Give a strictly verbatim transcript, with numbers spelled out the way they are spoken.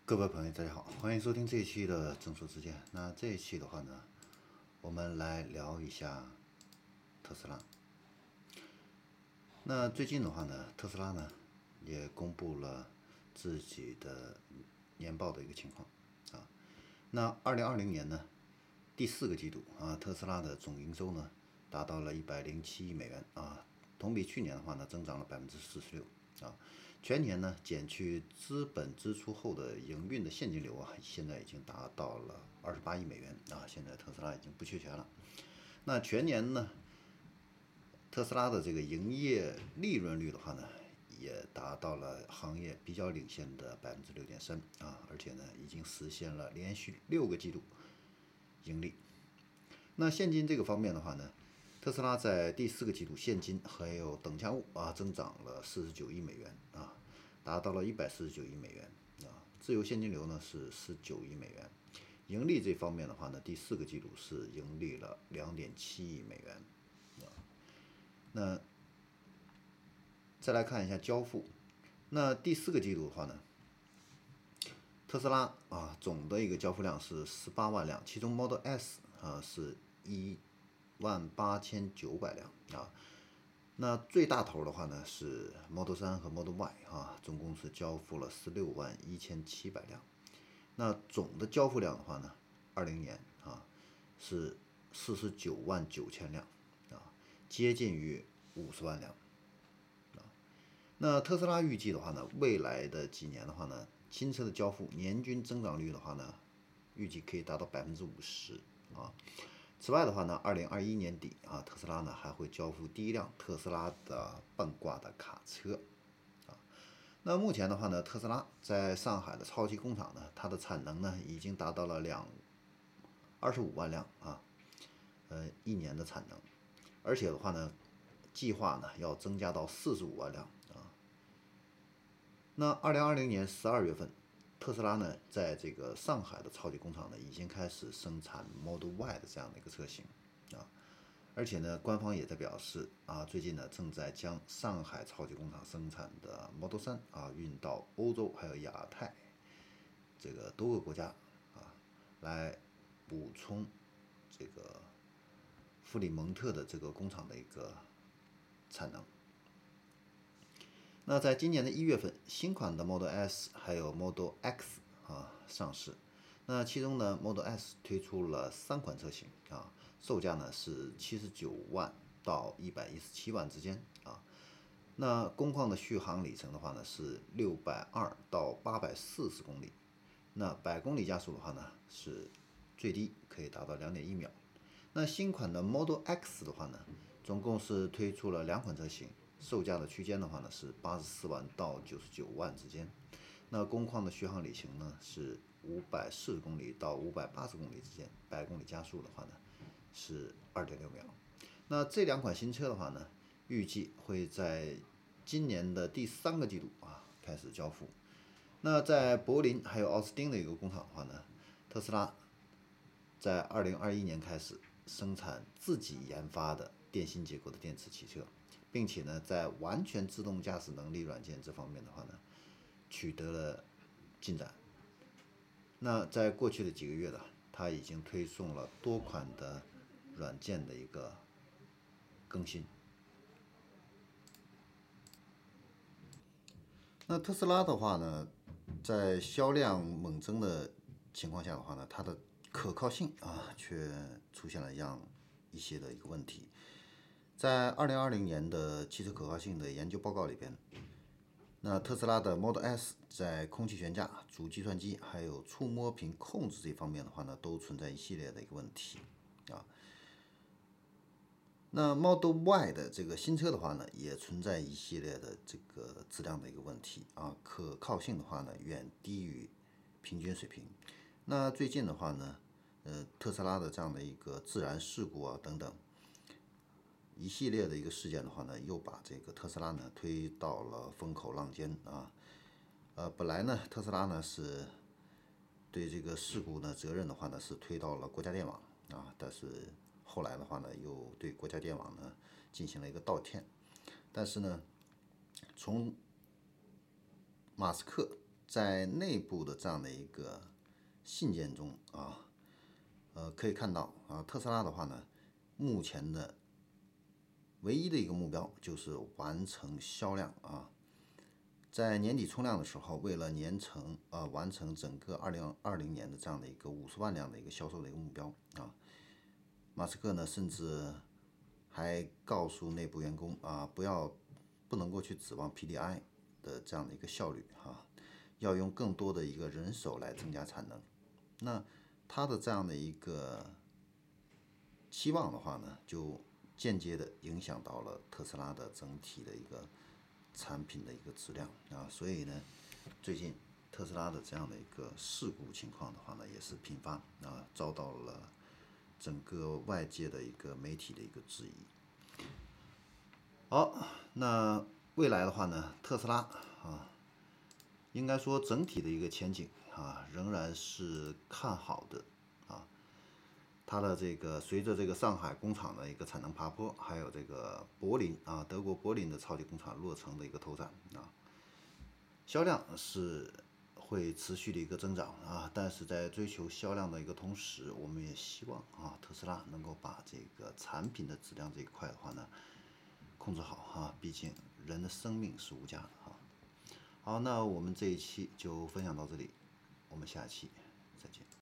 各位朋友，大家好，欢迎收听这一期的正说之见。那这一期的话呢，我们来聊一下特斯拉。那最近的话呢，特斯拉呢也公布了自己的年报的一个情况啊。那二零二零年呢，第四个季度啊，特斯拉的总营收呢达到了一百零七亿美元啊，同比去年的话呢增长了百分之四十六啊。全年呢减去资本支出后的营运的现金流啊，现在已经达到了二十八亿美元啊，现在特斯拉已经不缺钱了。那全年呢，特斯拉的这个营业利润率的话呢，也达到了行业比较领先的百分之六点三啊，而且呢已经实现了连续六个季度盈利。那现金这个方面的话呢，特斯拉在第四个季度现金还有等价物啊增长了四十九亿美元啊，达到了一百四十九亿美元啊，自由现金流呢是十九亿美元，盈利这方面的话呢，第四个季度是盈利了两点七亿美元啊。那再来看一下交付，那第四个季度的话呢，特斯拉啊总的一个交付量是十八万辆，其中 Model S 啊是一万八千九百辆啊。那最大头的话呢是 Model 三和 Model Y 啊，总共是交付了十六万一千七百辆。那总的交付量的话呢，二零年啊是四十九万九千辆啊，接近于五十万辆啊。那特斯拉预计的话呢，未来的几年的话呢，新车的交付年均增长率的话呢，预计可以达到百分之五十啊。此外的话呢，二零二一年底啊，特斯拉呢还会交付第一辆特斯拉的半挂的卡车啊。那目前的话呢，特斯拉在上海的超级工厂呢，它的产能呢已经达到了两二十五万辆啊，呃，一年的产能，而且的话呢，计划呢要增加到四十五万辆啊。那二零二零年十二月份，特斯拉呢在这个上海的超级工厂呢已经开始生产 Model Y 的这样的一个车型啊，而且呢，官方也在表示啊，最近呢正在将上海超级工厂生产的 Model 三啊运到欧洲还有亚太这个多个国家啊，来补充这个弗里蒙特的这个工厂的一个产能。那在今年的一月份，新款的 Model S 还有 Model X 啊上市。那其中呢 ，Model S 推出了三款车型啊，售价呢是七十九万到一百一十七万之间啊。那工况的续航里程的话呢是六百二到八百四十公里。那百公里加速的话呢是最低可以达到两点一秒。那新款的 Model X 的话呢，总共是推出了两款车型。售价的区间的话呢是八十四万到九十九万之间，那工况的续航里程呢是五百四十公里到五百八十公里之间，百公里加速的话呢是二点六秒。那这两款新车的话呢，预计会在今年的第三个季度啊开始交付。那在柏林还有奥斯汀的一个工厂的话呢，特斯拉在二零二一年开始生产自己研发的电芯结构的电池汽车。并且呢，在完全自动驾驶能力软件这方面的话呢，取得了进展。那在过去的几个月呢，它已经推送了多款的软件的一个更新。那特斯拉的话呢，在销量猛增的情况下的话呢，它的可靠性啊，却出现了一样一些的一个问题。在二零二零年的汽车可靠性的研究报告里边，那特斯拉的 Model S 在空气悬架、主计算机还有触摸屏控制这方面的话呢，都存在一系列的一个问题啊。那 Model Y 的这个新车的话呢，也存在一系列的这个质量的一个问题啊，可靠性的话呢，远低于平均水平。那最近的话呢，呃，特斯拉的这样的一个自燃事故啊等等。一系列的一个事件的话呢，又把这个特斯拉呢推到了风口浪尖啊。呃，本来呢，特斯拉呢是对这个事故呢责任的话呢是推到了国家电网啊，但是后来的话呢，又对国家电网呢进行了一个道歉。但是呢，从马斯克在内部的这样的一个信件中啊，呃，可以看到啊，特斯拉的话呢，目前的唯一的一个目标就是完成销量啊。在年底冲量的时候，为了年成呃完成整个二零二零年的这样的一个五十万辆的一个销售的一个目标啊，马斯克呢甚至还告诉内部员工啊，不要不能够去指望 P D I 的这样的一个效率哈、啊，要用更多的一个人手来增加产能。那他的这样的一个期望的话呢，就间接的影响到了特斯拉的整体的一个产品的一个质量啊，所以呢，最近特斯拉的这样的一个事故情况的话呢，也是频发啊，遭到了整个外界的一个媒体的一个质疑。好，那未来的话呢，特斯拉啊，应该说整体的一个前景啊，仍然是看好的啊。它的这个随着这个上海工厂的一个产能爬坡，还有这个柏林啊，德国柏林的超级工厂落成的一个投产啊，销量是会持续的一个增长啊。但是在追求销量的一个同时，我们也希望啊，特斯拉能够把这个产品的质量这一块的话呢，控制好哈、啊，毕竟人的生命是无价的哈、啊。好，那我们这一期就分享到这里，我们下期再见。